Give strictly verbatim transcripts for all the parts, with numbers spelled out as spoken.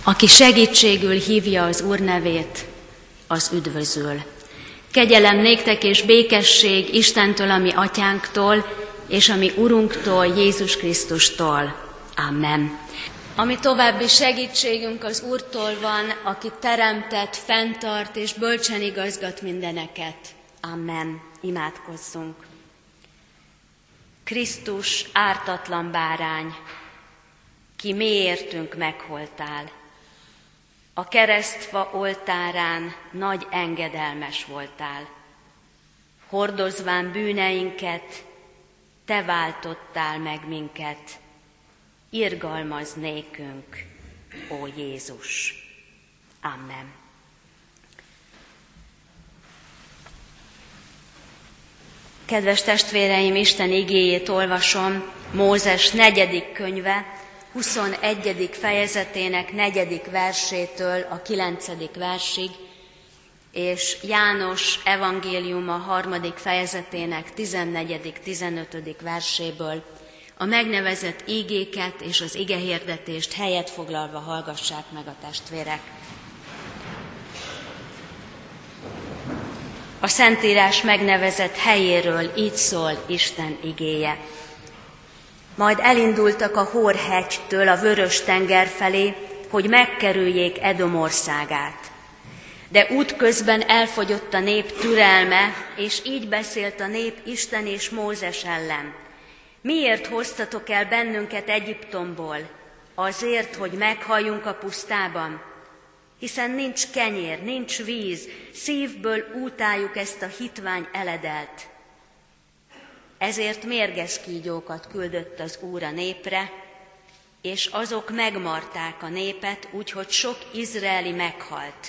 Aki segítségül hívja az Úr nevét, az üdvözöl. Kegyelem néktek és békesség Istentől, a mi atyánktól, és a mi Urunktól, Jézus Krisztustól. Amen. Ami további segítségünk az Úrtól van, aki teremtett, fenntart és bölcsen igazgat mindeneket. Amen. Imádkozzunk. Krisztus ártatlan bárány, ki miértünk megholtál. A keresztfa oltárán nagy engedelmes voltál. Hordozván bűneinket, te váltottál meg minket. Irgalmazz nékünk, ó Jézus. Amen. Kedves testvéreim, Isten igéjét olvasom, Mózes negyedik könyve, huszonegyedik fejezetének negyedik versétől a kilencedik versig, és János evangéliuma harmadik fejezetének tizennegyedik tizenötödik verséből. A megnevezett ígéket és az igehirdetést helyet foglalva hallgassák meg a testvérek. A Szentírás megnevezett helyéről így szól Isten igéje. Majd elindultak a Hor-hegytől a Vörös-tenger felé, hogy megkerüljék Edom országát. De útközben elfogyott a nép türelme, és így beszélt a nép Isten és Mózes ellen. Miért hoztatok el bennünket Egyiptomból? Azért, hogy meghalljunk a pusztában? Hiszen nincs kenyér, nincs víz, szívből útáljuk ezt a hitvány eledelt. Ezért mérges kígyókat küldött az Úr a népre, és azok megmarták a népet, úgyhogy sok izraeli meghalt.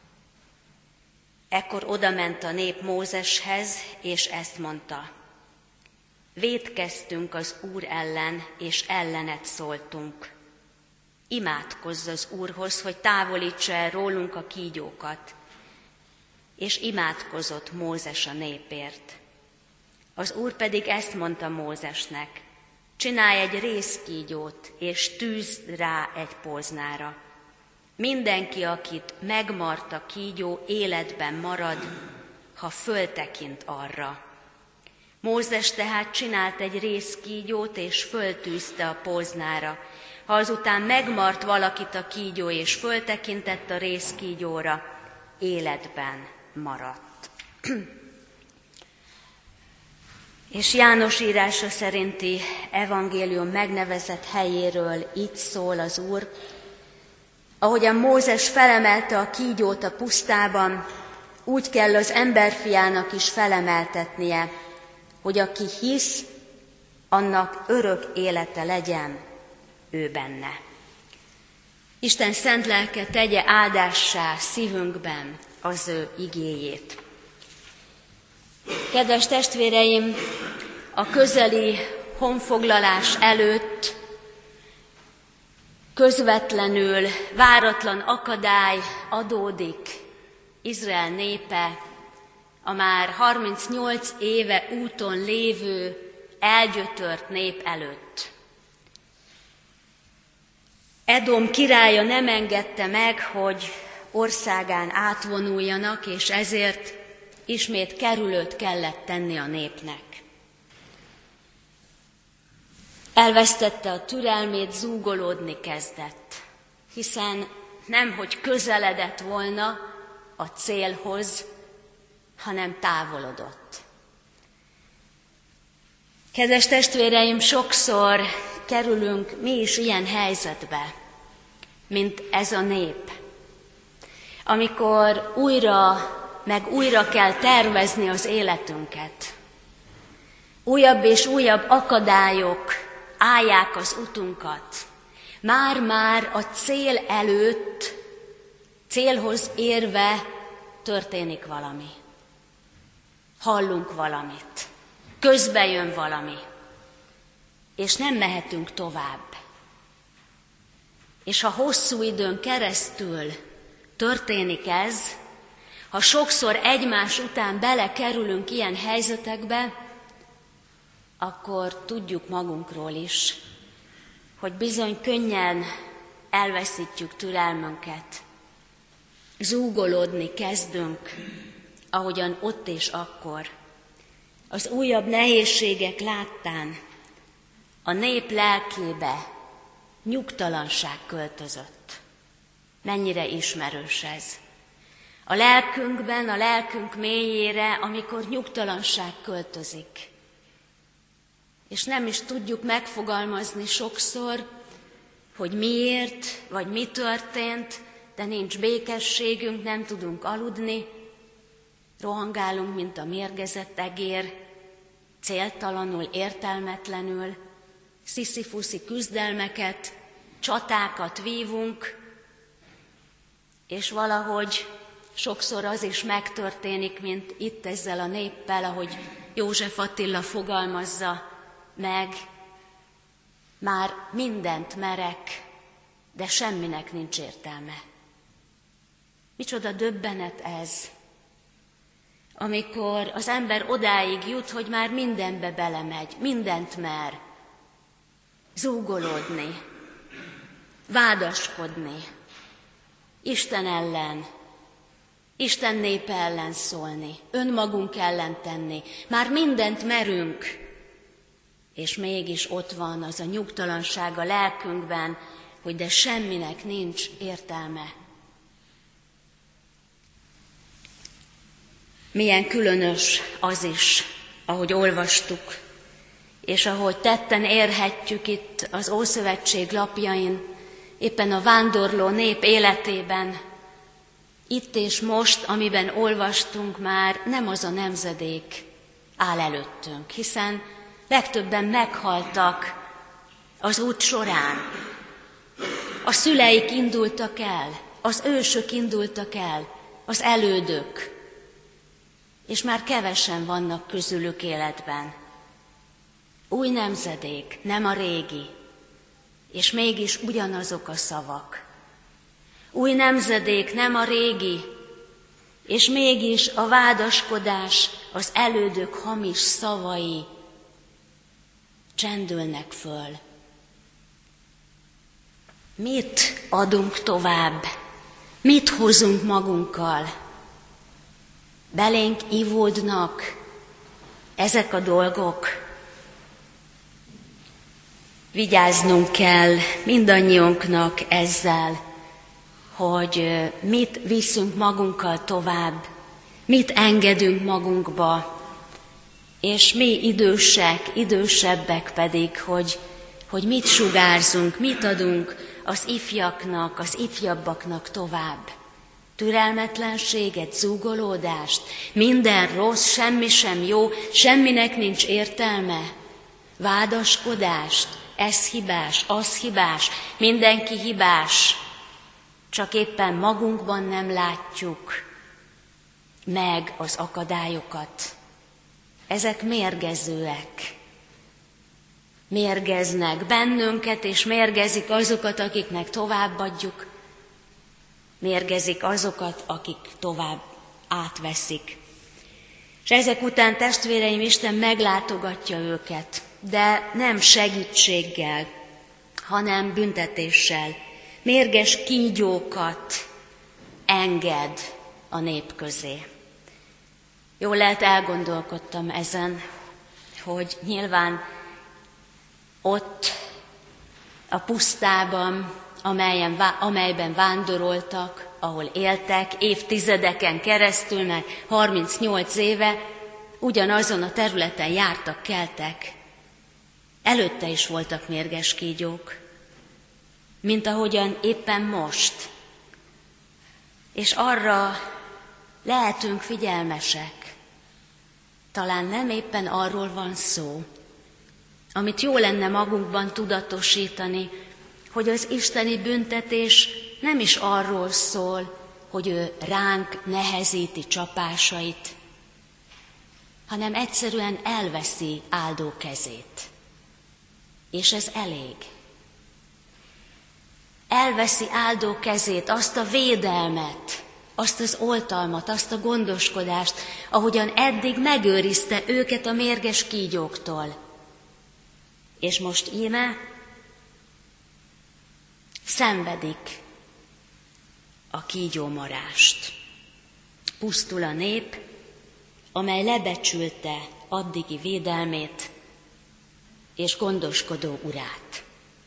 Ekkor odament a nép Mózeshez, és ezt mondta: vétkeztünk az Úr ellen, és ellenet szóltunk. Imádkozz az Úrhoz, hogy távolítsa el rólunk a kígyókat. És imádkozott Mózes a népért. Az Úr pedig ezt mondta Mózesnek: csinálj egy rézkígyót, és tűzd rá egy póznára. Mindenki, akit megmart a kígyó, életben marad, ha föltekint arra. Mózes tehát csinált egy rézkígyót, és föltűzte a póznára. Ha azután megmart valakit a kígyó, és föltekintett a rézkígyóra, életben maradt. És János írása szerinti evangélium megnevezett helyéről így szól az Úr: ahogyan Mózes felemelte a kígyót a pusztában, úgy kell az emberfiának is felemeltetnie, hogy aki hisz, annak örök élete legyen ő benne. Isten szent lelke tegye áldássá szívünkben az ő igéjét. Kedves testvéreim, a közeli honfoglalás előtt közvetlenül váratlan akadály adódik Izrael népe a már harmincnyolc éve úton lévő elgyötört nép előtt. Edom királya nem engedte meg, hogy országán átvonuljanak, és ezért ismét kerülőt kellett tenni a népnek. Elvesztette a türelmét, zúgolódni kezdett, hiszen nemhogy közeledett volna a célhoz, hanem távolodott. Kedves testvéreim, sokszor kerülünk mi is ilyen helyzetbe, mint ez a nép, amikor újra meg újra kell tervezni az életünket. Újabb és újabb akadályok állják az utunkat. Már-már a cél előtt, célhoz érve történik valami. Hallunk valamit, közbe jön valami, és nem mehetünk tovább. És ha hosszú időn keresztül történik ez, ha sokszor egymás után belekerülünk ilyen helyzetekbe, akkor tudjuk magunkról is, hogy bizony könnyen elveszítjük türelmünket. Zúgolódni kezdünk, ahogyan ott és akkor. Az újabb nehézségek láttán a nép lelkébe nyugtalanság költözött. Mennyire ismerős ez. A lelkünkben, a lelkünk mélyére, amikor nyugtalanság költözik. És nem is tudjuk megfogalmazni sokszor, hogy miért, vagy mi történt, de nincs békességünk, nem tudunk aludni, rohangálunk, mint a mérgezett egér, céltalanul, értelmetlenül, sziszifuszi küzdelmeket, csatákat vívunk, és valahogy sokszor az is megtörténik, mint itt ezzel a néppel, ahogy József Attila fogalmazza meg, már mindent merek, de semminek nincs értelme. Micsoda döbbenet ez, amikor az ember odáig jut, hogy már mindenbe belemegy, mindent mer, zúgolódni, vádaskodni, Isten ellen, Isten népe ellen szólni, önmagunk ellen tenni, már mindent merünk, és mégis ott van az a nyugtalanság a lelkünkben, hogy de semminek nincs értelme. Milyen különös az is, ahogy olvastuk, és ahogy tetten érhetjük itt az Ószövetség lapjain, éppen a vándorló nép életében, itt és most, amiben olvastunk, már nem az a nemzedék áll előttünk, hiszen legtöbben meghaltak az út során. A szüleik indultak el, az ősök indultak el, az elődök, és már kevesen vannak közülük életben. Új nemzedék, nem a régi, és mégis ugyanazok a szavak. Új nemzedék, nem a régi, és mégis a vádaskodás, az elődök hamis szavai csendülnek föl. Mit adunk tovább? Mit hozunk magunkkal? Belénk ivódnak ezek a dolgok. Vigyáznunk kell mindannyiunknak ezzel, hogy mit viszünk magunkkal tovább, mit engedünk magunkba, és mi idősek, idősebbek pedig, hogy, hogy mit sugárzunk, mit adunk az ifjaknak, az ifjabbaknak tovább. Türelmetlenséget, zúgolódást, minden rossz, semmi sem jó, semminek nincs értelme, vádaskodást, ez hibás, az hibás, mindenki hibás, csak éppen magunkban nem látjuk meg az akadályokat. Ezek mérgezőek. Mérgeznek bennünket, és mérgezik azokat, akiknek továbbadjuk. Mérgezik azokat, akik tovább átveszik. És ezek után, testvéreim, Isten meglátogatja őket, de nem segítséggel, hanem büntetéssel. Mérges kígyókat enged a nép közé. Jól lehet, elgondolkodtam ezen, hogy nyilván ott a pusztában, amelyen, amelyben vándoroltak, ahol éltek évtizedeken keresztül, mert harmincnyolc éve ugyanazon a területen jártak keltek. Előtte is voltak mérges kígyók, mint ahogyan éppen most. És arra lehetünk figyelmesek. Talán nem éppen arról van szó, amit jó lenne magunkban tudatosítani, hogy az isteni büntetés nem is arról szól, hogy ő ránk nehezíti csapásait, hanem egyszerűen elveszi áldó kezét. És ez elég. Elveszi áldó kezét, azt a védelmet, azt az oltalmat, azt a gondoskodást, ahogyan eddig megőrizte őket a mérges kígyóktól. És most íme szenvedik a kígyómarást. Pusztul a nép, amely lebecsülte addigi védelmét és gondoskodó urát.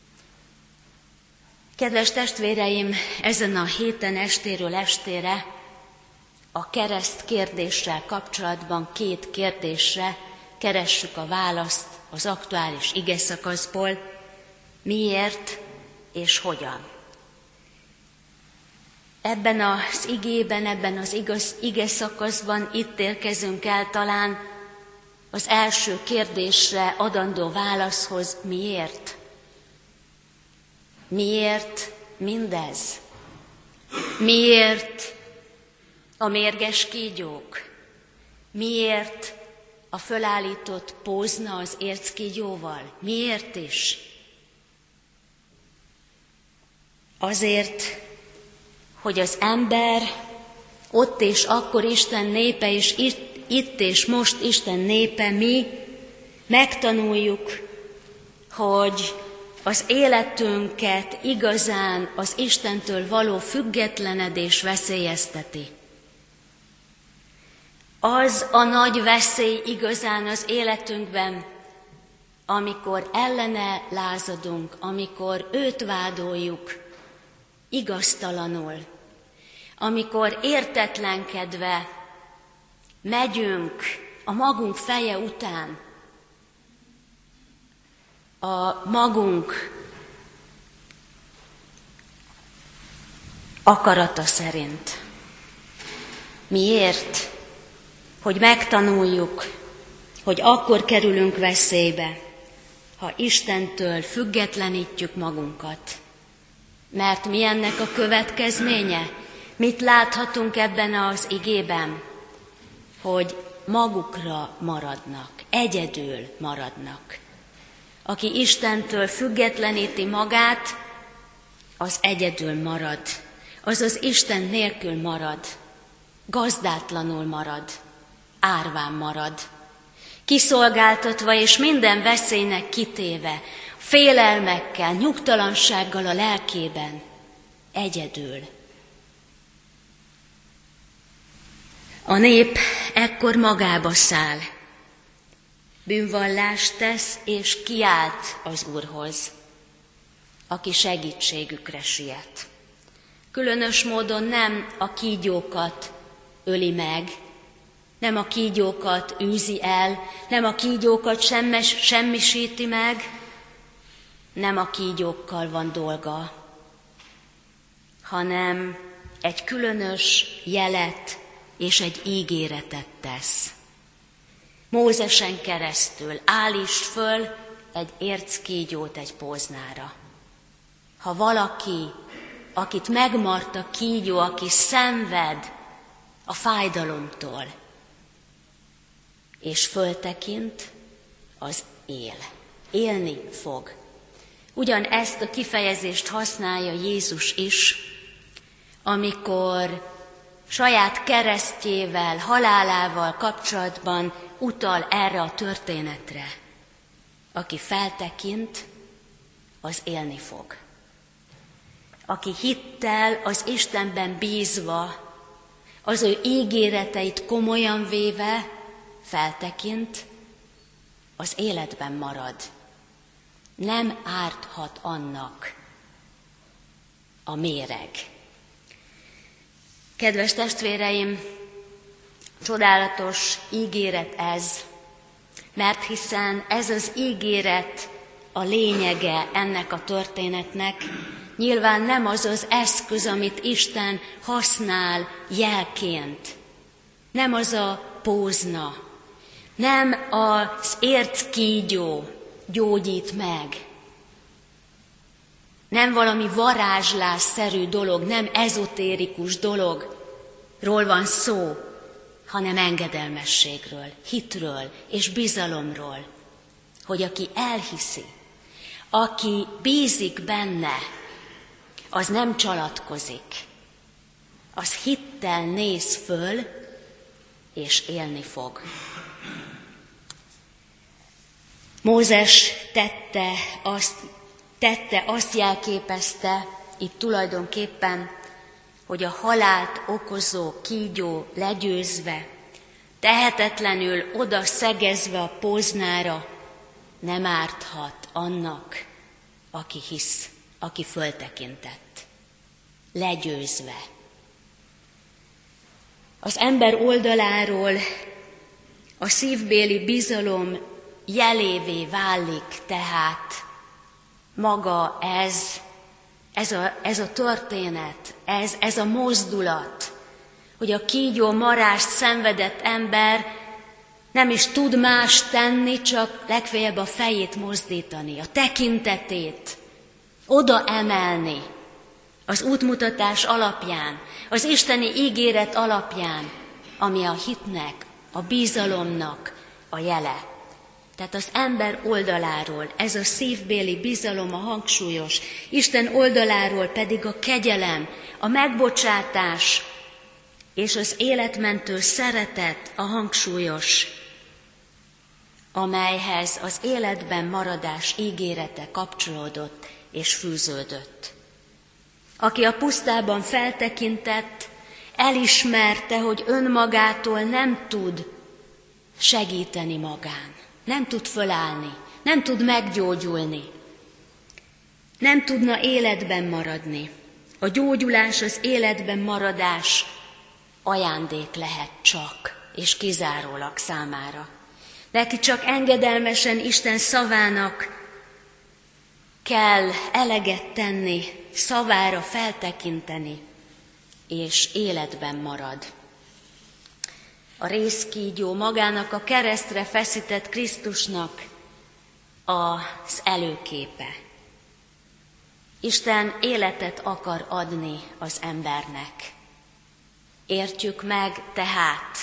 Kedves testvéreim, ezen a héten estéről estére a kereszt kérdéssel kapcsolatban két kérdésre keressük a választ az aktuális igeszakaszból: miért és hogyan. Ebben az igében, ebben az igaz, igeszakaszban itt érkezünk el talán az első kérdésre adandó válaszhoz: miért? Miért mindez? Miért a mérges kígyók? Miért a fölállított pózna az érckígyóval? Miért is? Azért, hogy az ember ott és akkor Isten népe, és itt, itt és most Isten népe, mi megtanuljuk, hogy az életünket igazán az Istentől való függetlenedés veszélyezteti. Az a nagy veszély igazán az életünkben, amikor ellene lázadunk, amikor őt vádoljuk igaztalanul, amikor értetlenkedve megyünk a magunk feje után, a magunk akarata szerint. Miért? Hogy megtanuljuk, hogy akkor kerülünk veszélybe, ha Istentől függetlenítjük magunkat. Mert mi ennek a következménye? Mit láthatunk ebben az igében? Hogy magukra maradnak, egyedül maradnak. Aki Istentől függetleníti magát, az egyedül marad, azaz Isten nélkül marad, gazdátlanul marad, árván marad, kiszolgáltatva és minden veszélynek kitéve, félelmekkel, nyugtalansággal a lelkében, egyedül. A nép ekkor magába száll, bűnvallást tesz és kiált az Úrhoz, aki segítségükre siet. Különös módon nem a kígyókat öli meg, nem a kígyókat űzi el, nem a kígyókat semmes, semmisíti meg, nem a kígyókkal van dolga, hanem egy különös jelet és egy ígéretet tesz. Mózesen keresztül: állítsd föl egy érckígyót egy póznára. Ha valaki, akit megmart a kígyó, aki szenved a fájdalomtól, és föltekint, az él. Élni fog. Ugyanezt a kifejezést használja Jézus is, amikor saját keresztjével, halálával kapcsolatban utal erre a történetre. Aki feltekint, az élni fog. Aki hittel, az Istenben bízva, az ő ígéreteit komolyan véve feltekint, az életben marad. Nem árthat annak a méreg. Kedves testvéreim, csodálatos ígéret ez, mert hiszen ez az ígéret a lényege ennek a történetnek. Nyilván nem az az eszköz, amit Isten használ jelként. Nem az a pózna, nem az érckígyó gyógyít meg. Nem valami varázslásszerű dolog, nem ezotérikus dologról van szó, hanem engedelmességről, hitről és bizalomról, hogy aki elhiszi, aki bízik benne, az nem csalatkozik, az hittel néz föl, és élni fog. Mózes tette azt, tette, azt jelképezte, itt tulajdonképpen, hogy a halált okozó kígyó legyőzve, tehetetlenül oda szegezve a póznára nem árthat annak, aki hisz, aki föltekintett. Legyőzve. Az ember oldaláról a szívbéli bizalom jelévé válik tehát maga ez, ez a, ez a történet, ez, ez a mozdulat, hogy a kígyó marást szenvedett ember nem is tud más tenni, csak legfeljebb a fejét mozdítani, a tekintetét oda emelni az útmutatás alapján, az isteni ígéret alapján, ami a hitnek, a bizalomnak a jele. Tehát az ember oldaláról ez a szívbéli bizalom a hangsúlyos, Isten oldaláról pedig a kegyelem, a megbocsátás és az életmentő szeretet a hangsúlyos, amelyhez az életben maradás ígérete kapcsolódott és fűződött. Aki a pusztában feltekintett, elismerte, hogy önmagától nem tud segíteni magán, nem tud fölállni, nem tud meggyógyulni, nem tudna életben maradni. A gyógyulás, az életben maradás ajándék lehet csak, és kizárólag számára. Neki csak engedelmesen Isten szavának kell eleget tenni, szavára feltekinteni, és életben marad. A rézkígyó magának a keresztre feszített Krisztusnak az előképe. Isten életet akar adni az embernek. Értjük meg tehát.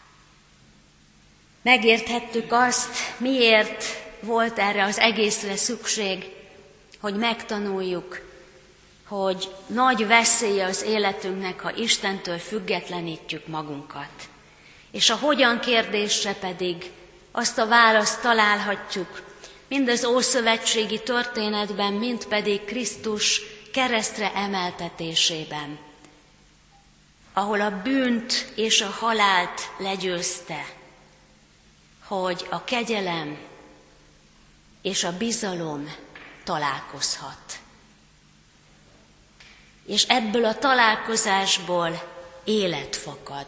Megérthettük azt, miért volt erre az egészre szükség, hogy megtanuljuk, hogy nagy veszély az életünknek, ha Istentől függetlenítjük magunkat. És a hogyan kérdésre pedig azt a választ találhatjuk, mind az ószövetségi történetben, mind pedig Krisztus keresztre emeltetésében, ahol a bűnt és a halált legyőzte, hogy a kegyelem és a bizalom találkozhat. És ebből a találkozásból élet fakad.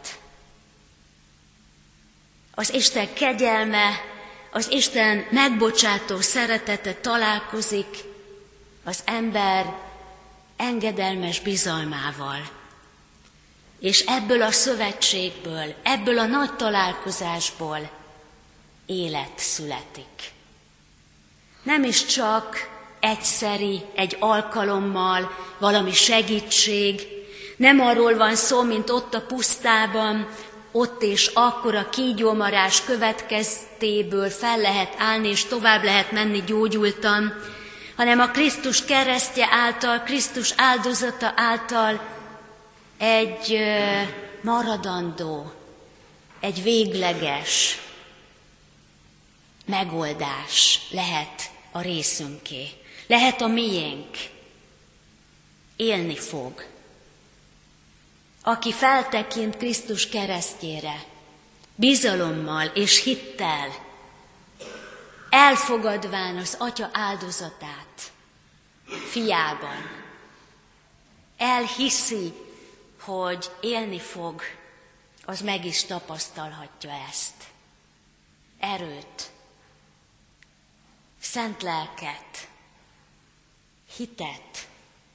Az Isten kegyelme, az Isten megbocsátó szeretete találkozik az ember engedelmes bizalmával. És ebből a szövetségből, ebből a nagy találkozásból élet születik. Nem is csak egyszeri, egy alkalommal, valami segítség, nem arról van szó, mint ott a pusztában, ott és akkor a kígyómarás következtéből fel lehet állni, és tovább lehet menni gyógyultan, hanem a Krisztus keresztje által, Krisztus áldozata által egy maradandó, egy végleges megoldás lehet a részünké, lehet a miénk. Élni fog. Aki feltekint Krisztus keresztjére, bizalommal és hittel, elfogadván az Atya áldozatát fiában, elhiszi, hogy élni fog, az meg is tapasztalhatja ezt. Erőt, szent lelket, hitet,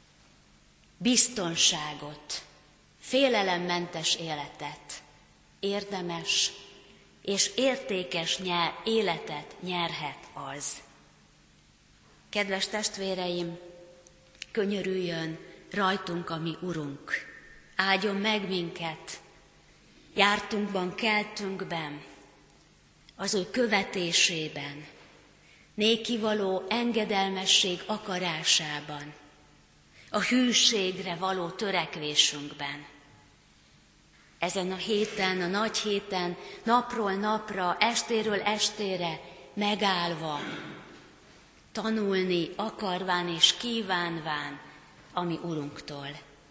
biztonságot, félelemmentes életet, érdemes és értékes nyer, életet nyerhet az. Kedves testvéreim, könyörüljön rajtunk a mi Urunk, áldjon meg minket, jártunkban, keltünkben, az ő követésében, néki való engedelmesség akarásában, a hűségre való törekvésünkben. Ezen a héten, a nagy héten, napról napra, estéről estére megállva, tanulni akarván és kívánván a mi Urunktól.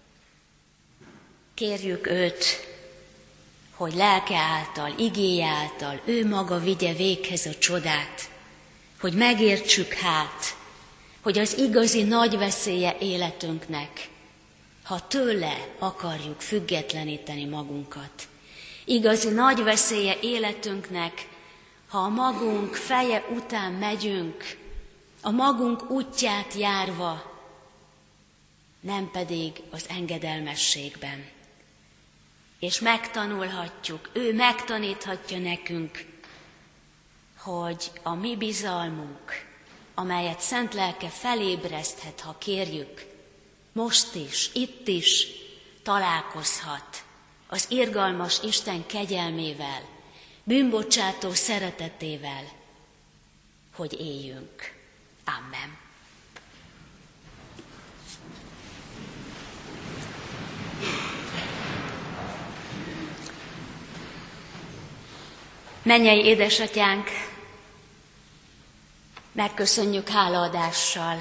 Kérjük őt, hogy lelke által, igéje által ő maga vigye véghez a csodát, hogy megértsük hát, hogy az igazi nagy veszélye életünknek, ha tőle akarjuk függetleníteni magunkat. Igazi nagy veszélye életünknek, ha a magunk feje után megyünk, a magunk útját járva, nem pedig az engedelmességben. És megtanulhatjuk, ő megtaníthatja nekünk, hogy a mi bizalmunk, amelyet szent lelke felébreszthet, ha kérjük, most is, itt is találkozhat az irgalmas Isten kegyelmével, bűnbocsátó szeretetével, hogy éljünk. Amen. Mennyei édesatyánk, megköszönjük hálaadással,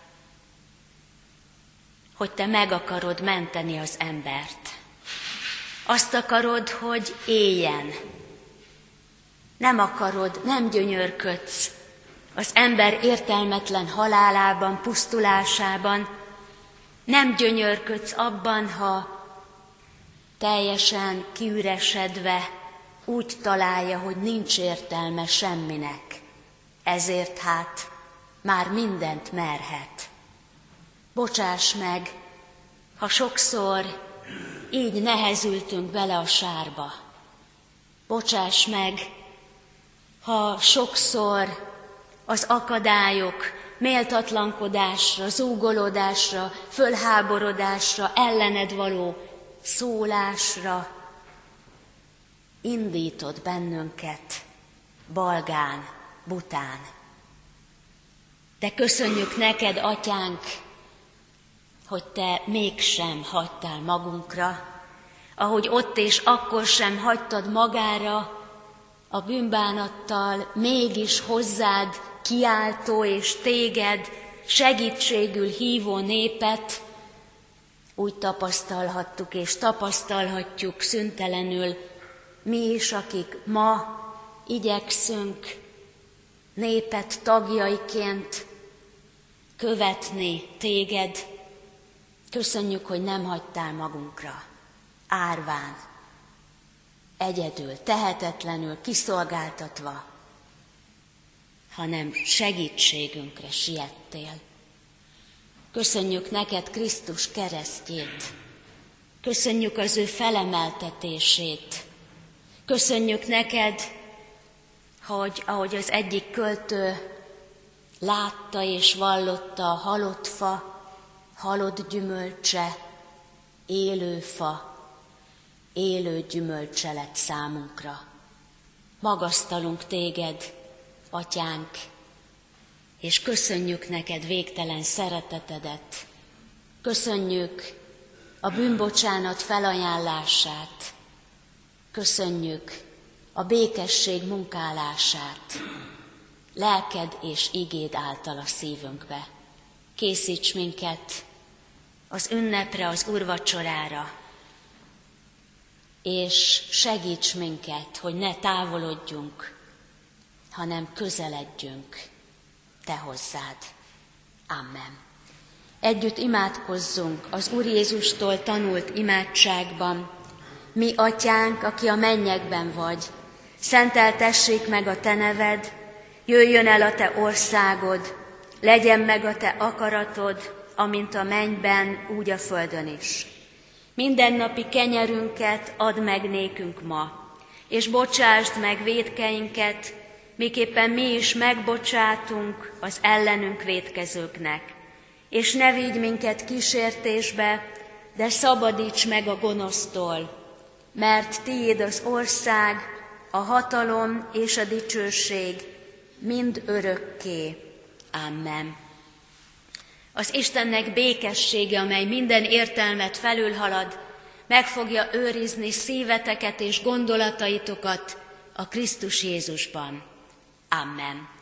hogy te meg akarod menteni az embert. Azt akarod, hogy éljen. Nem akarod, nem gyönyörködsz az ember értelmetlen halálában, pusztulásában. Nem gyönyörködsz abban, ha teljesen kiüresedve úgy találja, hogy nincs értelme semminek. Ezért hát már mindent merhet. Bocsáss meg, ha sokszor így nehezültünk bele a sárba. Bocsáss meg, ha sokszor az akadályok méltatlankodásra, zúgolódásra, fölháborodásra, ellened való szólásra indítod bennünket balgán, bután. De köszönjük neked, Atyánk, hogy te mégsem hagytál magunkra, ahogy ott és akkor sem hagytad magára a bűnbánattal mégis hozzád kiáltó és téged segítségül hívó népet. Úgy tapasztalhattuk és tapasztalhatjuk szüntelenül mi is, akik ma igyekszünk népet tagjaiként követni téged. Köszönjük, hogy nem hagytál magunkra, árván, egyedül, tehetetlenül, kiszolgáltatva, hanem segítségünkre siettél. Köszönjük neked Krisztus keresztjét, köszönjük az ő felemeltetését, köszönjük neked, hogy ahogy az egyik költő látta és vallotta, a halott fa, halott gyümölcse, élő fa, élő gyümölcse lett számunkra. Magasztalunk téged, Atyánk, és köszönjük neked végtelen szeretetedet. Köszönjük a bűnbocsánat felajánlását. Köszönjük a békesség munkálását. Lelked és igéd által a szívünkbe. Készíts minket az ünnepre, az úrvacsorára, és segíts minket, hogy ne távolodjunk, hanem közeledjünk te hozzád. Amen. Együtt imádkozzunk az Úr Jézustól tanult imádságban. Mi, Atyánk, aki a mennyekben vagy, szenteltessék meg a te neved, jöjjön el a te országod, legyen meg a te akaratod, amint a mennyben, úgy a földön is. Mindennapi kenyerünket add meg nékünk ma, és bocsásd meg vétkeinket, miképpen mi is megbocsátunk az ellenünk vétkezőknek. És ne vigy minket kísértésbe, de szabadíts meg a gonosztól, mert tiéd az ország, a hatalom és a dicsőség mind örökké. Amen. Az Istennek békessége, amely minden értelmet felülhalad, meg fogja őrizni szíveteket és gondolataitokat a Krisztus Jézusban. Amen.